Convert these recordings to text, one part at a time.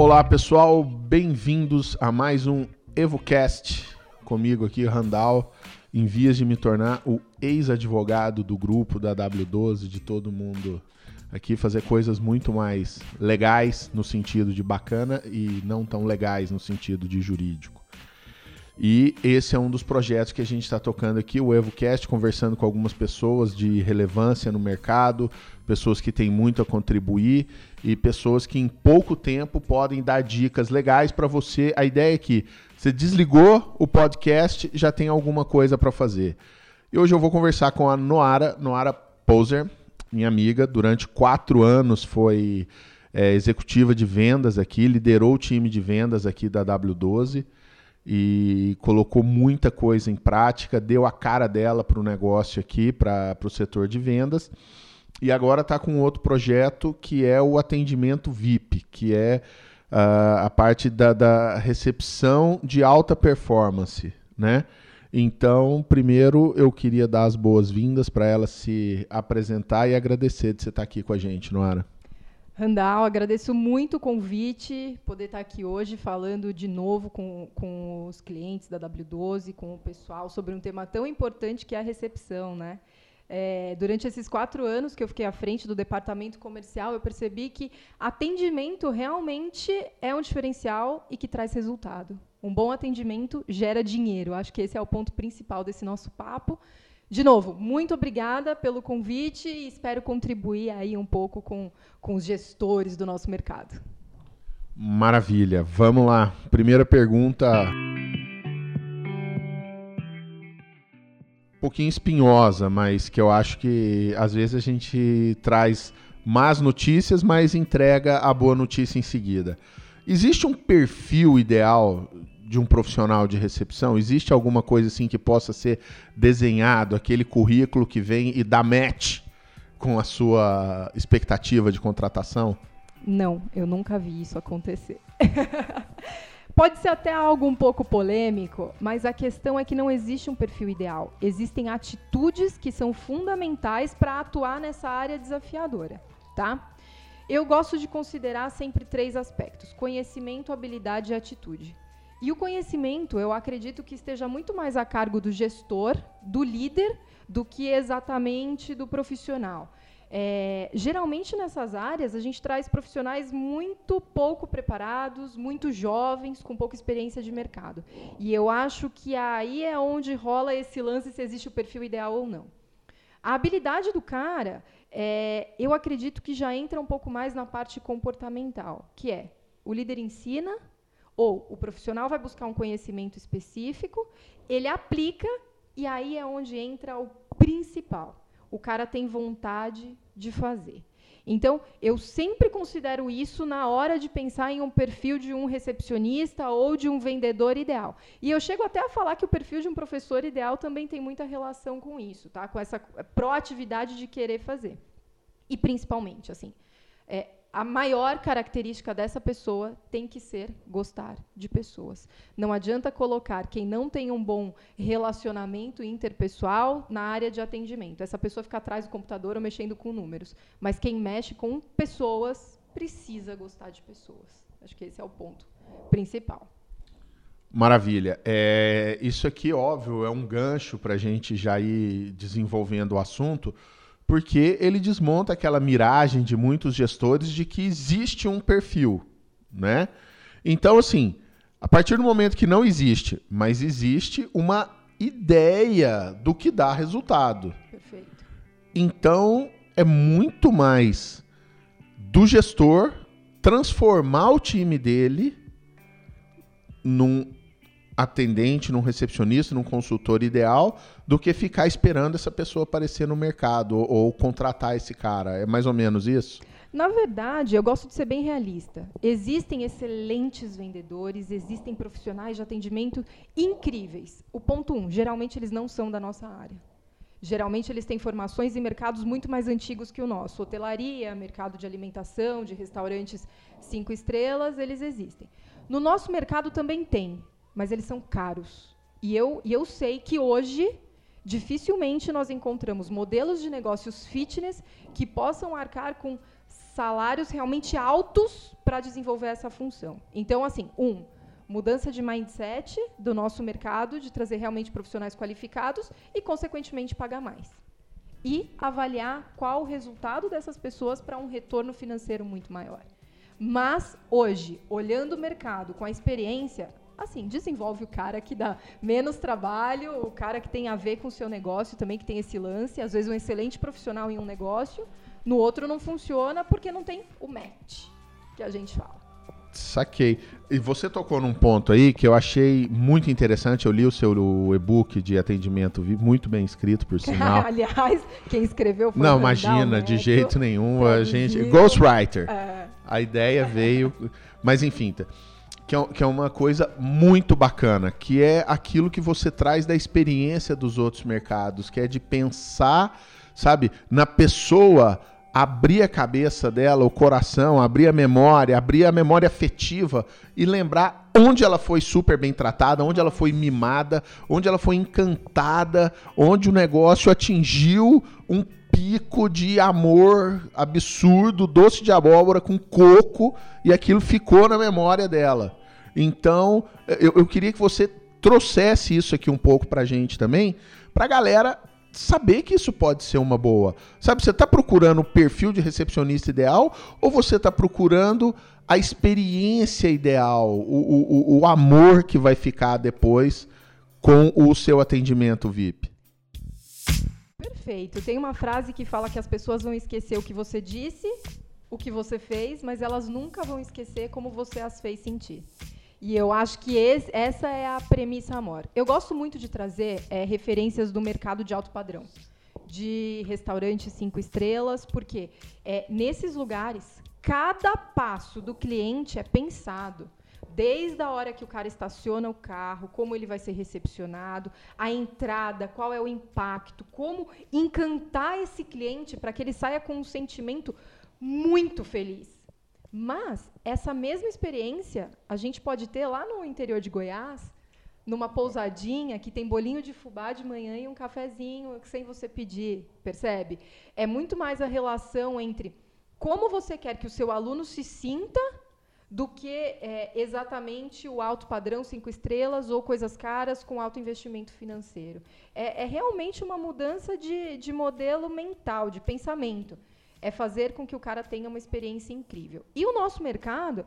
Olá, pessoal, bem-vindos a mais um EvoCast, comigo aqui, Randall, em vias de me tornar o ex-advogado do grupo da W12, de todo mundo aqui, fazer coisas muito mais legais no sentido de bacana e não tão legais no sentido de jurídico. E esse é um dos projetos que a gente está tocando aqui, o EvoCast, conversando com algumas pessoas de relevância no mercado, pessoas que têm muito a contribuir e pessoas que em pouco tempo podem dar dicas legais para você. A ideia é que você desligou o podcast, já tem alguma coisa para fazer. E hoje eu vou conversar com a Noara Poser, minha amiga, durante 4 anos foi executiva de vendas aqui, liderou o time de vendas aqui da W12, e colocou muita coisa em prática, deu a cara dela para o negócio aqui, para o setor de vendas, e agora está com outro projeto que é o atendimento VIP, que é a parte da recepção de alta performance, né? Então, primeiro eu queria dar as boas-vindas para ela se apresentar e agradecer de você estar aqui com a gente, Noara. Randall, agradeço muito o convite, poder estar aqui hoje falando de novo com os clientes da W12, com o pessoal, sobre um tema tão importante que é a recepção, né? Durante esses 4 anos que eu fiquei à frente do departamento comercial, eu percebi que atendimento realmente é um diferencial e que traz resultado. Um bom atendimento gera dinheiro. Acho que esse é o ponto principal desse nosso papo. De novo, muito obrigada pelo convite e espero contribuir aí um pouco com os gestores do nosso mercado. Maravilha. Vamos lá. Primeira pergunta. Um pouquinho espinhosa, mas que eu acho que às vezes a gente traz más notícias, mas entrega a boa notícia em seguida. Existe um perfil ideal de um profissional de recepção? Existe alguma coisa assim que possa ser desenhado, aquele currículo que vem e dá match com a sua expectativa de contratação? Não, eu nunca vi isso acontecer. Pode ser até algo um pouco polêmico, mas a questão é que não existe um perfil ideal. Existem atitudes que são fundamentais para atuar nessa área desafiadora, tá? Eu gosto de considerar sempre 3 aspectos: conhecimento, habilidade e atitude. E o conhecimento, eu acredito que esteja muito mais a cargo do gestor, do líder, do que exatamente do profissional. Geralmente, nessas áreas, a gente traz profissionais muito pouco preparados, muito jovens, com pouca experiência de mercado. E eu acho que aí é onde rola esse lance se existe o perfil ideal ou não. A habilidade do cara, eu acredito que já entra um pouco mais na parte comportamental, que é o líder ensina, ou o profissional vai buscar um conhecimento específico, ele aplica, e aí é onde entra o principal. O cara tem vontade de fazer. Então, eu sempre considero isso na hora de pensar em um perfil de um recepcionista ou de um vendedor ideal. E eu chego até a falar que o perfil de um professor ideal também tem muita relação com isso, tá? Com essa proatividade de querer fazer. E, principalmente, assim, a maior característica dessa pessoa tem que ser gostar de pessoas. Não adianta colocar quem não tem um bom relacionamento interpessoal na área de atendimento. Essa pessoa fica atrás do computador ou mexendo com números. Mas quem mexe com pessoas precisa gostar de pessoas. Acho que esse é o ponto principal. Maravilha. Isso aqui, óbvio, é um gancho para a gente já ir desenvolvendo o assunto, porque ele desmonta aquela miragem de muitos gestores de que existe um perfil, né? Então, assim, a partir do momento que não existe, mas existe uma ideia do que dá resultado. Perfeito. Então, é muito mais do gestor transformar o time dele num atendente, num recepcionista, num consultor ideal, do que ficar esperando essa pessoa aparecer no mercado ou contratar esse cara. É mais ou menos isso? Na verdade, eu gosto de ser bem realista. Existem excelentes vendedores, existem profissionais de atendimento incríveis. O ponto 1, geralmente eles não são da nossa área. Geralmente eles têm formações em mercados muito mais antigos que o nosso. Hotelaria, mercado de alimentação, de restaurantes 5 estrelas, eles existem. No nosso mercado também tem, mas eles são caros. E eu sei que hoje Dificilmente nós encontramos modelos de negócios fitness que possam arcar com salários realmente altos para desenvolver essa função. Então, assim, mudança de mindset do nosso mercado, de trazer realmente profissionais qualificados e, consequentemente, pagar mais. E avaliar qual o resultado dessas pessoas para um retorno financeiro muito maior. Mas, hoje, olhando o mercado com a experiência, assim, desenvolve o cara que dá menos trabalho, o cara que tem a ver com o seu negócio também, que tem esse lance, às vezes um excelente profissional em um negócio, no outro não funciona porque não tem o match, que a gente fala. Saquei. E você tocou num ponto aí que eu achei muito interessante. Eu li o seu e-book de atendimento VIP, muito bem escrito, por sinal. Aliás, quem escreveu foi Não, o Randall imagina, Neto, de jeito nenhum. traduziu. A gente... Ghostwriter. É. A ideia veio... Mas, enfim, que é uma coisa muito bacana, que é aquilo que você traz da experiência dos outros mercados, que é de pensar, sabe, na pessoa... abrir a cabeça dela, o coração, abrir a memória afetiva e lembrar onde ela foi super bem tratada, onde ela foi mimada, onde ela foi encantada, onde o negócio atingiu um pico de amor absurdo, doce de abóbora com coco, e aquilo ficou na memória dela. Então, eu queria que você trouxesse isso aqui um pouco pra gente também, pra galera saber que isso pode ser uma boa. Sabe, você está procurando o perfil de recepcionista ideal ou você está procurando a experiência ideal, o amor que vai ficar depois com o seu atendimento VIP? Perfeito. Tem uma frase que fala que as pessoas vão esquecer o que você disse, o que você fez, mas elas nunca vão esquecer como você as fez sentir. E eu acho que essa é a premissa maior. Eu gosto muito de trazer referências do mercado de alto padrão, de restaurantes 5 estrelas, porque nesses lugares, cada passo do cliente é pensado. Desde a hora que o cara estaciona o carro, como ele vai ser recepcionado, a entrada, qual é o impacto, como encantar esse cliente para que ele saia com um sentimento muito feliz. Mas essa mesma experiência a gente pode ter lá no interior de Goiás, numa pousadinha que tem bolinho de fubá de manhã e um cafezinho sem você pedir, percebe? É muito mais a relação entre como você quer que o seu aluno se sinta do que exatamente o alto padrão 5 estrelas ou coisas caras com alto investimento financeiro. É realmente uma mudança de modelo mental, de pensamento. É fazer com que o cara tenha uma experiência incrível. E o nosso mercado,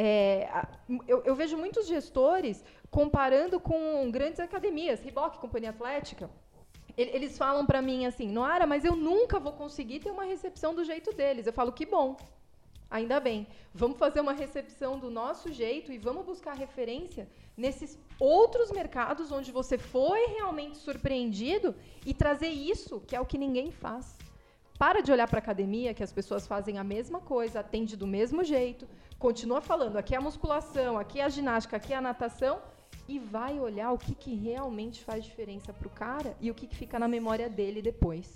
eu vejo muitos gestores comparando com grandes academias, Reebok, Companhia Atlética. Eles falam para mim assim, Noara, mas eu nunca vou conseguir ter uma recepção do jeito deles. Eu falo, que bom, ainda bem. Vamos fazer uma recepção do nosso jeito e vamos buscar referência nesses outros mercados onde você foi realmente surpreendido e trazer isso, que é o que ninguém faz. Para de olhar para a academia, que as pessoas fazem a mesma coisa, atende do mesmo jeito, continua falando, aqui é a musculação, aqui é a ginástica, aqui é a natação, e vai olhar o que realmente faz diferença para o cara e o que fica na memória dele depois.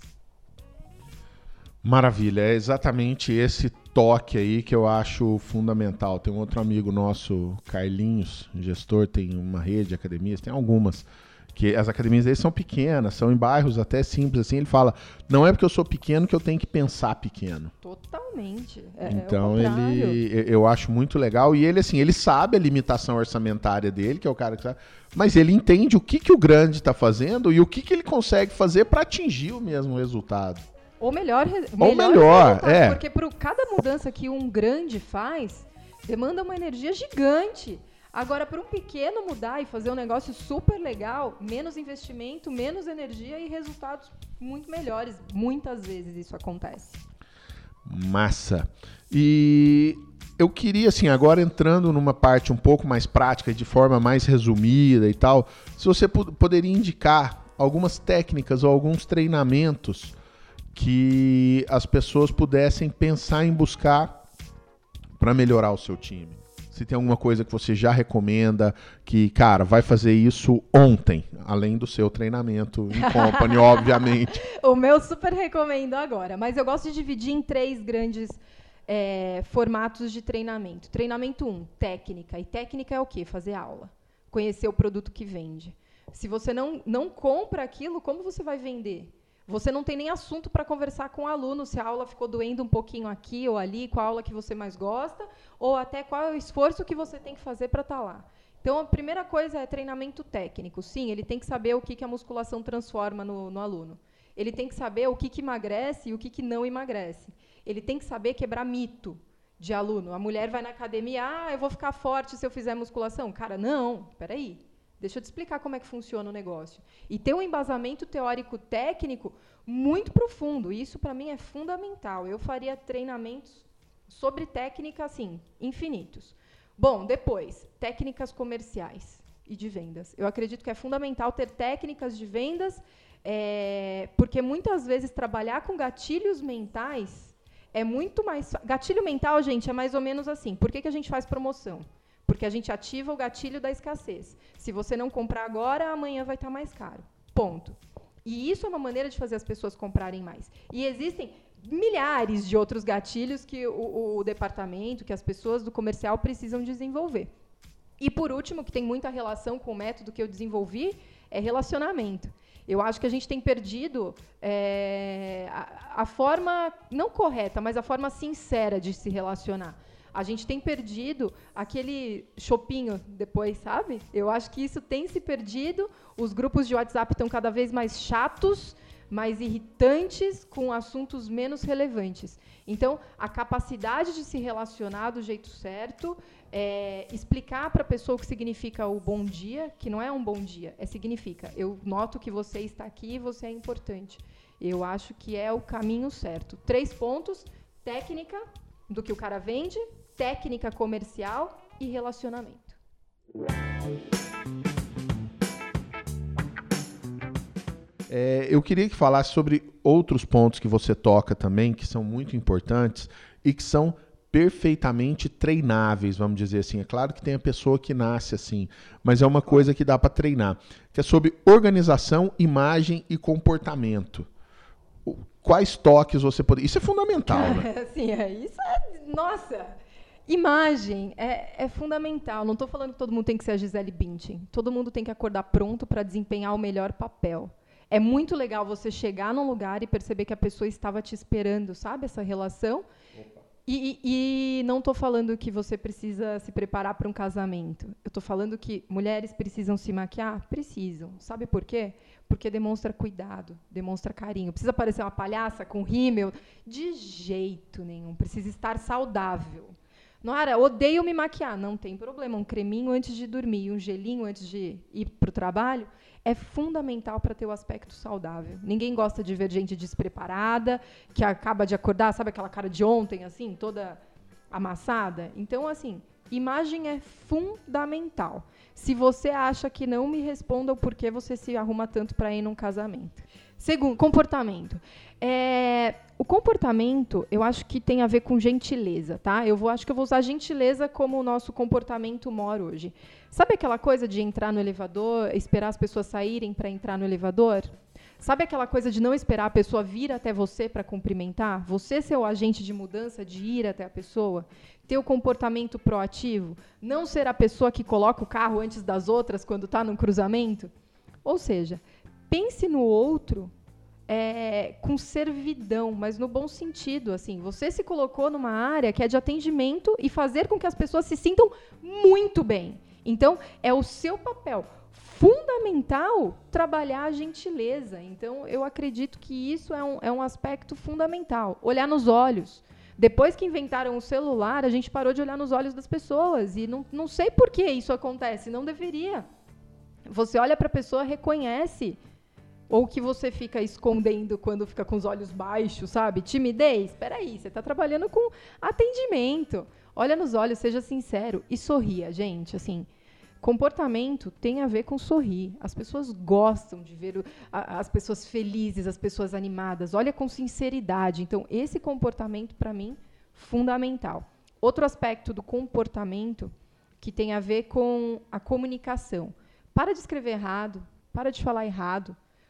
Maravilha, é exatamente esse toque aí que eu acho fundamental. Tem um outro amigo nosso, Carlinhos, gestor, tem uma rede de academias, tem algumas, que as academias deles são pequenas, são em bairros até simples, assim, ele fala, não é porque eu sou pequeno que eu tenho que pensar pequeno. Totalmente. Então, eu acho muito legal, e ele, assim, ele sabe a limitação orçamentária dele, que é o cara que sabe, mas ele entende o que o grande está fazendo e o que ele consegue fazer para atingir o mesmo resultado. Ou melhor porque por cada mudança que um grande faz, demanda uma energia gigante. Agora, para um pequeno mudar e fazer um negócio super legal, menos investimento, menos energia e resultados muito melhores. Muitas vezes isso acontece. Massa. E eu queria, assim, agora entrando numa parte um pouco mais prática, de forma mais resumida e tal, se você poderia indicar algumas técnicas ou alguns treinamentos que as pessoas pudessem pensar em buscar para melhorar o seu time. Se tem alguma coisa que você já recomenda, que, cara, vai fazer isso ontem, além do seu treinamento em company, obviamente. O meu super recomendo agora, mas eu gosto de dividir em 3 grandes formatos de treinamento. Treinamento 1, técnica. E técnica é o quê? Fazer aula. Conhecer o produto que vende. Se você não compra aquilo, como você vai vender? Você não tem nem assunto para conversar com o aluno, se a aula ficou doendo um pouquinho aqui ou ali, qual aula que você mais gosta, ou até qual é o esforço que você tem que fazer para estar lá. Então, a primeira coisa é treinamento técnico. Sim, ele tem que saber o que a musculação transforma no aluno. Ele tem que saber o que emagrece e o que não emagrece. Ele tem que saber quebrar mito de aluno. A mulher vai na academia, eu vou ficar forte se eu fizer musculação. Cara, não, peraí. Deixa eu te explicar como é que funciona o negócio. E ter um embasamento teórico-técnico muito profundo. Isso, para mim, é fundamental. Eu faria treinamentos sobre técnica, assim, infinitos. Bom, depois, técnicas comerciais e de vendas. Eu acredito que é fundamental ter técnicas de vendas, porque, muitas vezes, trabalhar com gatilhos mentais é muito mais... Gatilho mental, gente, é mais ou menos assim. Por que a gente faz promoção? Porque a gente ativa o gatilho da escassez. Se você não comprar agora, amanhã vai estar mais caro. Ponto. E isso é uma maneira de fazer as pessoas comprarem mais. E existem milhares de outros gatilhos que o departamento, que as pessoas do comercial precisam desenvolver. E, por último, que tem muita relação com o método que eu desenvolvi, é relacionamento. Eu acho que a gente tem perdido a forma, não correta, mas a forma sincera de se relacionar. A gente tem perdido aquele chopinho depois, sabe? Eu acho que isso tem se perdido. Os grupos de WhatsApp estão cada vez mais chatos, mais irritantes, com assuntos menos relevantes. Então, a capacidade de se relacionar do jeito certo, explicar para a pessoa o que significa o bom dia, que não é um bom dia, significa, eu noto que você está aqui e você é importante. Eu acho que é o caminho certo. 3 pontos: técnica do que o cara vende, técnica comercial e relacionamento. Eu queria que falasse sobre outros pontos que você toca também, que são muito importantes e que são perfeitamente treináveis, vamos dizer assim. É claro que tem a pessoa que nasce assim, mas é uma coisa que dá para treinar, que é sobre organização, imagem e comportamento. Quais toques você pode... Isso é fundamental, né? Sim, isso é... Nossa! Imagem é fundamental. Não estou falando que todo mundo tem que ser a Gisele Bündchen. Todo mundo tem que acordar pronto para desempenhar o melhor papel. É muito legal você chegar num lugar e perceber que a pessoa estava te esperando, sabe? Essa relação. E não estou falando que você precisa se preparar para um casamento. Eu estou falando que mulheres precisam se maquiar? Precisam. Sabe por quê? Porque demonstra cuidado, demonstra carinho. Precisa parecer uma palhaça com rímel? De jeito nenhum. Precisa estar saudável. Nora, odeio me maquiar. Não tem problema. Um creminho antes de dormir, um gelinho antes de ir para o trabalho é fundamental para ter o aspecto saudável. Ninguém gosta de ver gente despreparada, que acaba de acordar, sabe aquela cara de ontem, assim, toda amassada? Então, assim, imagem é fundamental. Se você acha que não, me responda o porquê você se arruma tanto para ir num casamento. Segundo, comportamento. O comportamento, eu acho que tem a ver com gentileza, tá? Acho que eu vou usar gentileza como o nosso comportamento mor hoje. Sabe aquela coisa de entrar no elevador, esperar as pessoas saírem para entrar no elevador? Sabe aquela coisa de não esperar a pessoa vir até você para cumprimentar? Você ser o agente de mudança, de ir até a pessoa? Ter o comportamento proativo? Não ser a pessoa que coloca o carro antes das outras quando está num cruzamento? Ou seja, pense no outro com servidão, mas no bom sentido. Assim, você se colocou numa área que é de atendimento e fazer com que as pessoas se sintam muito bem. Então, é o seu papel fundamental trabalhar a gentileza. Então, eu acredito que isso é um aspecto fundamental. Olhar nos olhos. Depois que inventaram o celular, a gente parou de olhar nos olhos das pessoas. E não sei por que isso acontece, não deveria. Você olha para a pessoa, reconhece. Ou que você fica escondendo quando fica com os olhos baixos, sabe? Timidez? Espera aí, você está trabalhando com atendimento. Olha nos olhos, seja sincero e sorria, gente. Assim, comportamento tem a ver com sorrir. As pessoas gostam de ver as pessoas felizes, as pessoas animadas. Olha com sinceridade. Então, esse comportamento, para mim, fundamental. Outro aspecto do comportamento que tem a ver com a comunicação. Para de escrever errado, para de falar errado.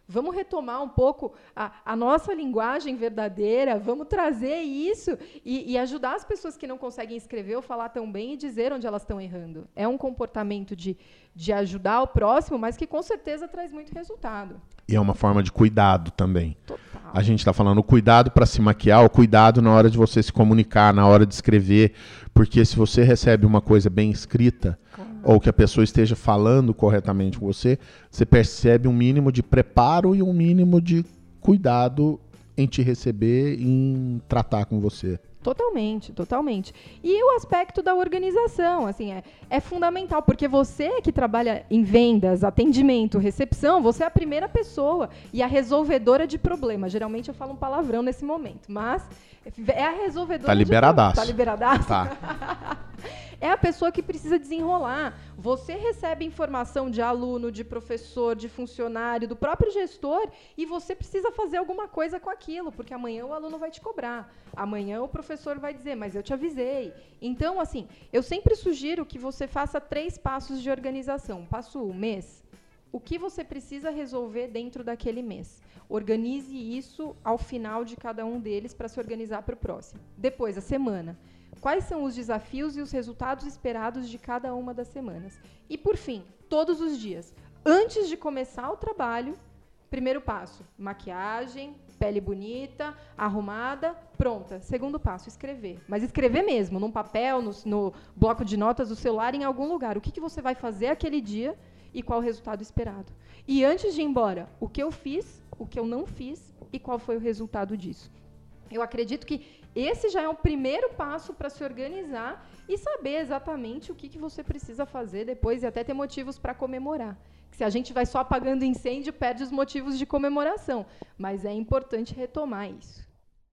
Vamos retomar um pouco a nossa linguagem verdadeira, vamos trazer isso e ajudar as pessoas que não conseguem escrever ou falar tão bem e dizer onde elas estão errando. É um comportamento de ajudar o próximo, mas que com certeza traz muito resultado. E é uma forma de cuidado também. Total. A gente está falando o cuidado para se maquiar, o cuidado na hora de você se comunicar, na hora de escrever, porque se você recebe uma coisa bem escrita, ou que a pessoa esteja falando corretamente com você, você percebe um mínimo de preparo e um mínimo de cuidado em te receber e em tratar com você. Totalmente, totalmente. E o aspecto da organização, assim, é fundamental, porque você que trabalha em vendas, atendimento, recepção, você é a primeira pessoa e a resolvedora de problemas. Geralmente eu falo um palavrão nesse momento, mas é a resolvedora tá liberadaço. Tá liberadaço? Tá. É a pessoa que precisa desenrolar. Você recebe informação de aluno, de professor, de funcionário, do próprio gestor, e você precisa fazer alguma coisa com aquilo, porque amanhã o aluno vai te cobrar. Amanhã o professor vai dizer, mas eu te avisei. Então, assim, eu sempre sugiro que você faça 3 passos de organização. Passo 1, mês. O que você precisa resolver dentro daquele mês? Organize isso ao final de cada um deles para se organizar para o próximo. Depois, a semana. Quais são os desafios e os resultados esperados de cada uma das semanas? E, por fim, todos os dias, antes de começar o trabalho, primeiro passo, maquiagem, pele bonita, arrumada, pronta. Segundo passo, escrever. Mas escrever mesmo, num papel, no bloco de notas do celular, em algum lugar. O que você vai fazer aquele dia e qual o resultado esperado. E antes de ir embora, o que eu fiz, o que eu não fiz e qual foi o resultado disso. Eu acredito que esse já é um primeiro passo para se organizar e saber exatamente o que você precisa fazer depois e até ter motivos para comemorar. Se a gente vai só apagando incêndio, perde os motivos de comemoração. Mas é importante retomar isso.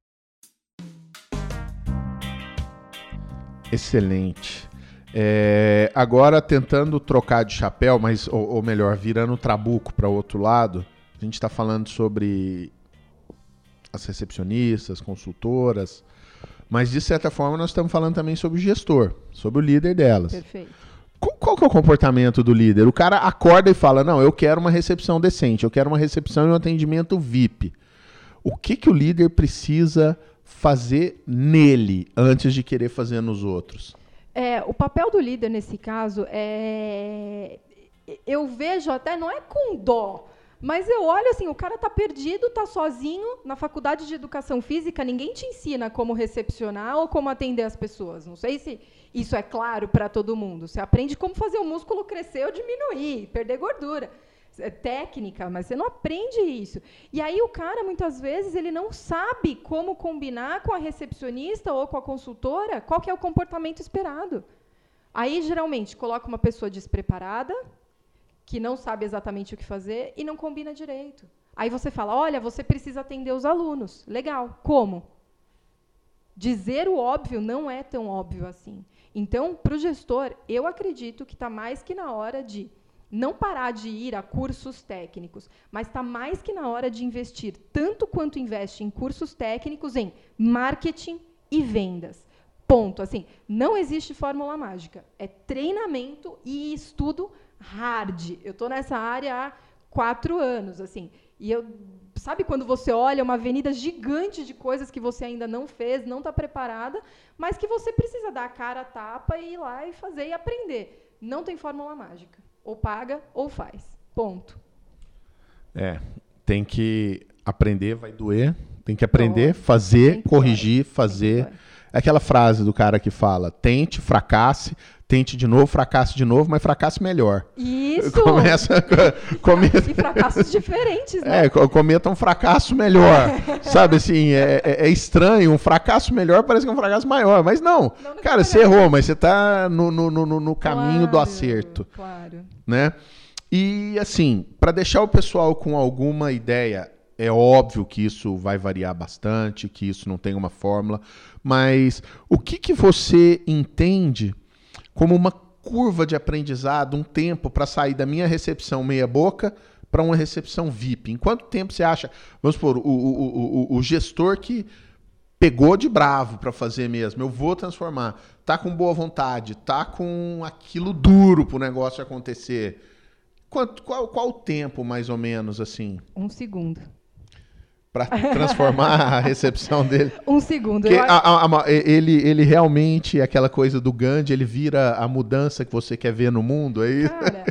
Excelente. Agora, tentando trocar de chapéu, mas ou melhor, virando o trabuco para o outro lado, a gente está falando sobre as recepcionistas, consultoras, mas de certa forma nós estamos falando também sobre o gestor, sobre o líder delas. Perfeito. Qual que é o comportamento do líder? O cara acorda e fala, não, eu quero uma recepção decente, eu quero uma recepção e um atendimento VIP. O que o líder precisa fazer nele antes de querer fazer nos outros? O papel do líder nesse caso eu vejo até, não é com dó, mas eu olho assim, o cara tá perdido, tá sozinho, na faculdade de educação física, ninguém te ensina como recepcionar ou como atender as pessoas. Não sei se isso é claro para todo mundo. Você aprende como fazer o músculo crescer ou diminuir, perder gordura. É técnica, mas você não aprende isso. E aí o cara, muitas vezes, ele não sabe como combinar com a recepcionista ou com a consultora qual que é o comportamento esperado. Aí, geralmente, coloca uma pessoa despreparada, que não sabe exatamente o que fazer e não combina direito. Aí você fala, olha, você precisa atender os alunos. Legal. Como? Dizer o óbvio não é tão óbvio assim. Então, para o gestor, eu acredito que está mais que na hora de não parar de ir a cursos técnicos, mas está mais que na hora de investir, tanto quanto investe em cursos técnicos, em marketing e vendas. Ponto. Assim, não existe fórmula mágica. É treinamento e estudo hard. Eu estou nessa área há 4 anos, assim. E sabe quando você olha uma avenida gigante de coisas que você ainda não fez, não está preparada, mas que você precisa dar a cara a tapa e ir lá e fazer e aprender. Não tem fórmula mágica. Ou paga ou faz. Ponto. Tem que aprender, vai doer. Tem que aprender, fazer, corrigir, fazer. É aquela frase do cara que fala, tente, fracasse, tente de novo, fracasse de novo, mas fracasse melhor. Isso! E fracassos diferentes, né? Cometa um fracasso melhor. Sabe, assim, é estranho, um fracasso melhor parece que é um fracasso maior, mas não cara, você errou, mas você está no caminho do acerto. Claro. Né? E, assim, para deixar o pessoal com alguma ideia, é óbvio que isso vai variar bastante, que isso não tem uma fórmula, mas o que você entende como uma curva de aprendizado, um tempo para sair da minha recepção meia boca para uma recepção VIP? Em quanto tempo você acha, vamos supor, o gestor que pegou de bravo para fazer mesmo, eu vou transformar, tá com boa vontade, tá com aquilo duro para o negócio acontecer, Qual o tempo, mais ou menos, assim? 1 segundo. Para transformar a recepção dele? 1 segundo. Ele realmente, aquela coisa do Gandhi, ele vira a mudança que você quer ver no mundo, é isso? Cara,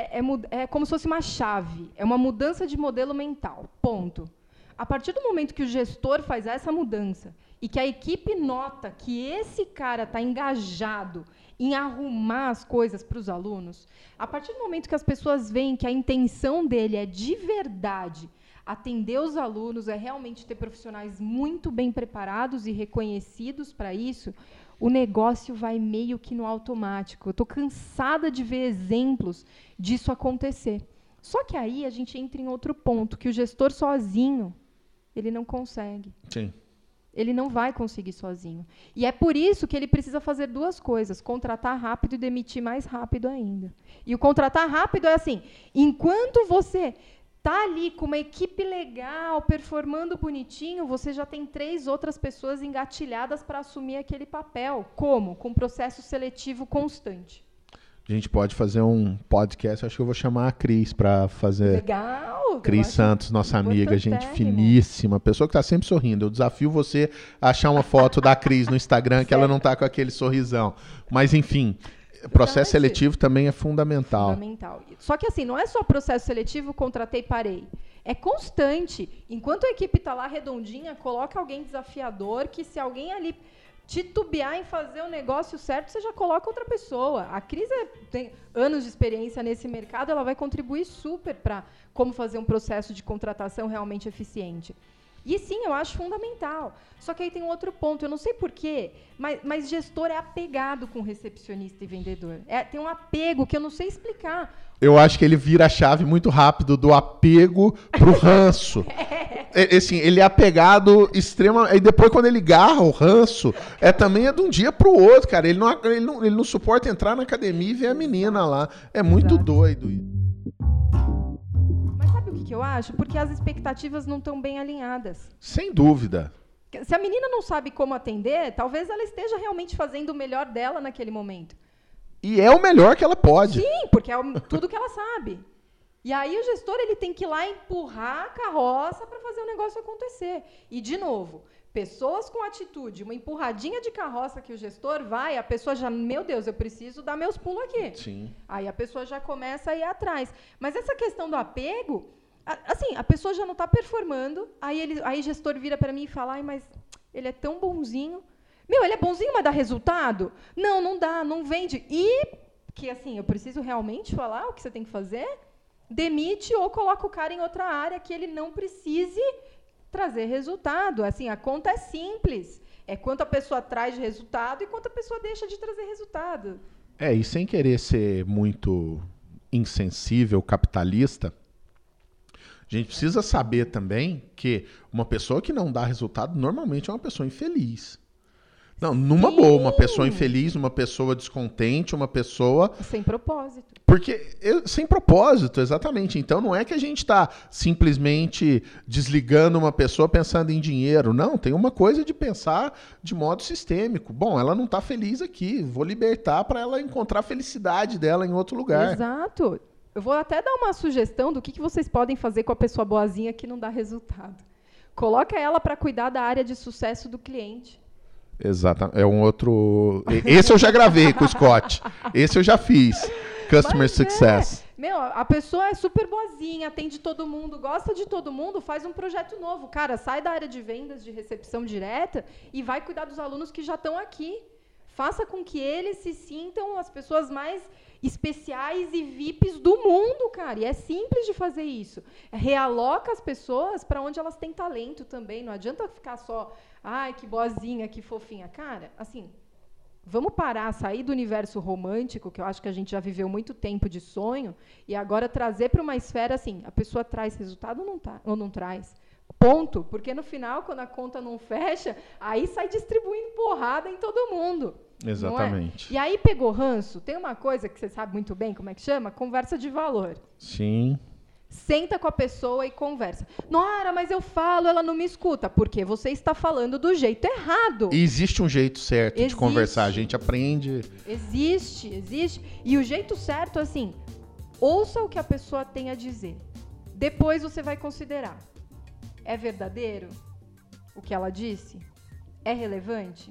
é como se fosse uma chave. É uma mudança de modelo mental. Ponto. A partir do momento que o gestor faz essa mudança e que a equipe nota que esse cara está engajado em arrumar as coisas para os alunos, a partir do momento que as pessoas veem que a intenção dele é de verdade atender os alunos, é realmente ter profissionais muito bem preparados e reconhecidos para isso, o negócio vai meio que no automático. Eu estou cansada de ver exemplos disso acontecer. Só que aí a gente entra em outro ponto, que o gestor sozinho, ele não consegue. Sim. Ele não vai conseguir sozinho. E é por isso que ele precisa fazer 2 coisas, contratar rápido e demitir mais rápido ainda. E o contratar rápido é assim, enquanto você está ali com uma equipe legal, performando bonitinho, você já tem 3 outras pessoas engatilhadas para assumir aquele papel. Como? Com processo seletivo constante. A gente pode fazer um podcast, acho que eu vou chamar a Cris para fazer. Legal! Cris Santos, nossa amiga, gente finíssima, pessoa que está sempre sorrindo. Eu desafio você a achar uma foto da Cris no Instagram que ela não está com aquele sorrisão. Mas, enfim, processo seletivo também é fundamental. Fundamental. Só que assim, não é só processo seletivo, contratei e parei. É constante. Enquanto a equipe está lá redondinha, coloca alguém desafiador, que se alguém ali titubear em fazer o negócio certo, você já coloca outra pessoa. A Cris tem anos de experiência nesse mercado, ela vai contribuir super para como fazer um processo de contratação realmente eficiente. E sim, eu acho fundamental. Só que aí tem um outro ponto, eu não sei porquê, mas gestor é apegado com recepcionista e vendedor. Tem um apego que eu não sei explicar. Eu acho que ele vira a chave muito rápido do apego pro ranço. Assim, ele é apegado extremamente. E depois, quando ele garra o ranço, também é de um dia pro outro, cara. Ele não suporta entrar na academia e ver a menina lá. É muito doido. Mas sabe o que eu acho? Porque as expectativas não estão bem alinhadas. Sem dúvida. Se a menina não sabe como atender, talvez ela esteja realmente fazendo o melhor dela naquele momento. E é o melhor que ela pode. Sim, porque é tudo que ela sabe. E aí o gestor ele tem que ir lá empurrar a carroça para fazer o negócio acontecer. E, de novo, pessoas com atitude, uma empurradinha de carroça que o gestor vai, a pessoa já, meu Deus, eu preciso dar meus pulos aqui. Sim. Aí a pessoa já começa a ir atrás. Mas essa questão do apego, assim, a pessoa já não está performando, aí o gestor vira para mim e fala, mas ele é tão bonzinho. Ele é bonzinho, mas dá resultado? Não dá, não vende. E que, assim, eu preciso realmente falar o que você tem que fazer? Demite ou coloca o cara em outra área que ele não precise trazer resultado. Assim, a conta é simples. É quanto a pessoa traz de resultado e quanto a pessoa deixa de trazer resultado. E sem querer ser muito insensível, capitalista, a gente precisa saber também que uma pessoa que não dá resultado normalmente é uma pessoa infeliz. Não, numa boa, uma pessoa infeliz, uma pessoa descontente, uma pessoa... Sem propósito. Sem propósito, exatamente. Então não é que a gente está simplesmente desligando uma pessoa pensando em dinheiro. Não, tem uma coisa de pensar de modo sistêmico. Bom, ela não está feliz aqui, vou libertar para ela encontrar a felicidade dela em outro lugar. Exato. Eu vou até dar uma sugestão do que vocês podem fazer com a pessoa boazinha que não dá resultado. Coloca ela para cuidar da área de sucesso do cliente. Exatamente. É um outro... Esse eu já gravei com o Scott. Esse eu já fiz. Customer Success. A pessoa é super boazinha, atende todo mundo, gosta de todo mundo, faz um projeto novo. Cara, sai da área de vendas, de recepção direta e vai cuidar dos alunos que já estão aqui. Faça com que eles se sintam as pessoas mais especiais e VIPs do mundo, cara. E é simples de fazer isso. Realoca as pessoas para onde elas têm talento também. Não adianta ficar só, ai, que boazinha, que fofinha. Cara, assim, vamos parar, sair do universo romântico, que eu acho que a gente já viveu muito tempo de sonho, e agora trazer para uma esfera assim, a pessoa traz resultado ou não traz? Ponto. Porque no final, quando a conta não fecha, aí sai distribuindo porrada em todo mundo. Exatamente. E aí pegou ranço. Tem uma coisa que você sabe muito bem como é que chama? Conversa de valor. Sim. Senta com a pessoa e conversa. Nora, mas eu falo, ela não me escuta. Porque você está falando do jeito errado. E existe um jeito certo de conversar. A gente aprende. Existe. E o jeito certo, assim, Ouça o que a pessoa tem a dizer. Depois você vai considerar. É verdadeiro o que ela disse? É relevante?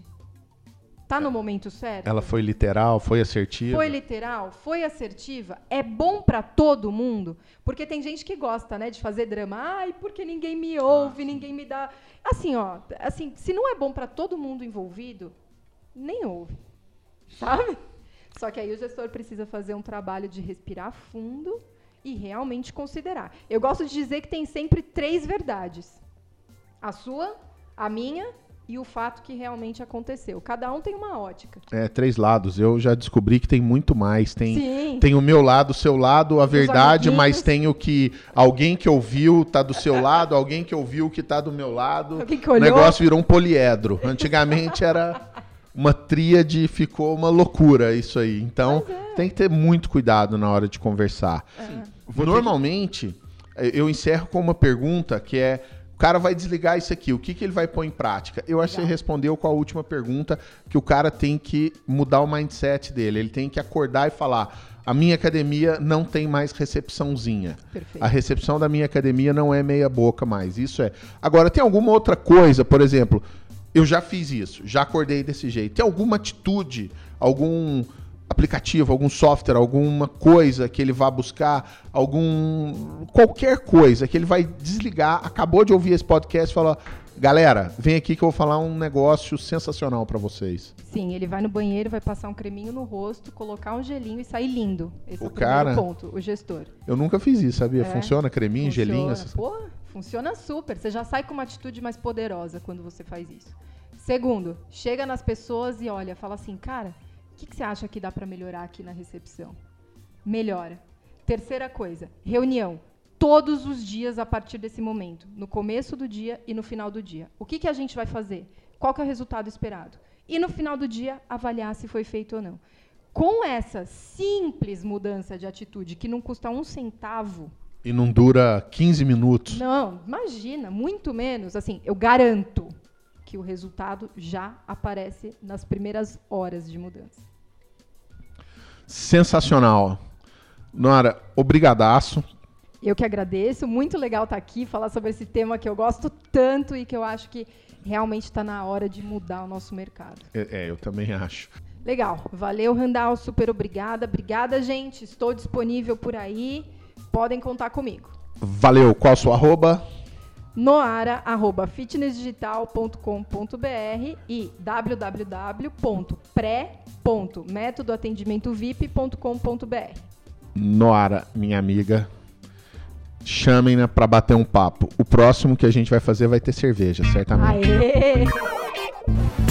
Tá no momento certo? Ela foi literal, foi assertiva? Foi literal, foi assertiva? É bom para todo mundo? Porque tem gente que gosta, né, de fazer drama. Ai, porque ninguém me ouve, ninguém me dá... Assim, ó, assim, se não é bom para todo mundo envolvido, nem ouve, sabe? Só que aí o gestor precisa fazer um trabalho de respirar fundo e realmente considerar. Eu gosto de dizer que tem sempre 3 verdades. A sua, a minha... e o fato que realmente aconteceu. Cada um tem uma ótica. 3 lados. Eu já descobri que tem muito mais. Sim. Tem o meu lado, o seu lado, a verdade, mas tem o que alguém que ouviu tá do seu lado, alguém que ouviu que tá do meu lado. Alguém que olhou. O negócio virou um poliedro. Antigamente era uma tríade, ficou uma loucura isso aí. Então, tem que ter muito cuidado na hora de conversar. Normalmente, eu encerro com uma pergunta que é: o cara vai desligar isso aqui, o que ele vai pôr em prática? Eu acho que você respondeu com a última pergunta, que o cara tem que mudar o mindset dele. Ele tem que acordar e falar: a minha academia não tem mais recepçãozinha. Perfeito. A recepção da minha academia não é meia boca mais. Isso é. Agora, tem alguma outra coisa, por exemplo, eu já fiz isso, já acordei desse jeito. Tem alguma atitude, algum aplicativo, algum software, alguma coisa que ele vá buscar, qualquer coisa que ele vai desligar, acabou de ouvir esse podcast e fala: galera, vem aqui que eu vou falar um negócio sensacional pra vocês. Sim, ele vai no banheiro, vai passar um creminho no rosto, colocar um gelinho e sair lindo. Esse é o cara, primeiro ponto, o gestor. Eu nunca fiz isso, sabia? Funciona creminho, gelinho? Pô, funciona super. Você já sai com uma atitude mais poderosa quando você faz isso. Segundo, chega nas pessoas e olha, fala assim: cara, o que você acha que dá para melhorar aqui na recepção? Melhora. Terceira coisa, reunião. Todos os dias a partir desse momento. No começo do dia e no final do dia. O que a gente vai fazer? Qual que é o resultado esperado? E no final do dia, avaliar se foi feito ou não. Com essa simples mudança de atitude, que não custa 1 centavo... E não dura 15 minutos. Não, imagina, muito menos. Assim, eu garanto que o resultado já aparece nas primeiras horas de mudança. Sensacional. Nora, obrigadaço. Eu que agradeço, muito legal estar aqui, falar sobre esse tema que eu gosto tanto e que eu acho que realmente está na hora de mudar o nosso mercado. Eu também acho. Legal, valeu, Randall, super obrigada. Obrigada, gente, estou disponível por aí, podem contar comigo. Valeu, qual a sua arroba? noara@fitnessdigital.com.br e www.pré.metodoatendimentovip.com.br. Noara, minha amiga, chamem-na para bater um papo. O próximo que a gente vai fazer vai ter cerveja, certamente. Aê!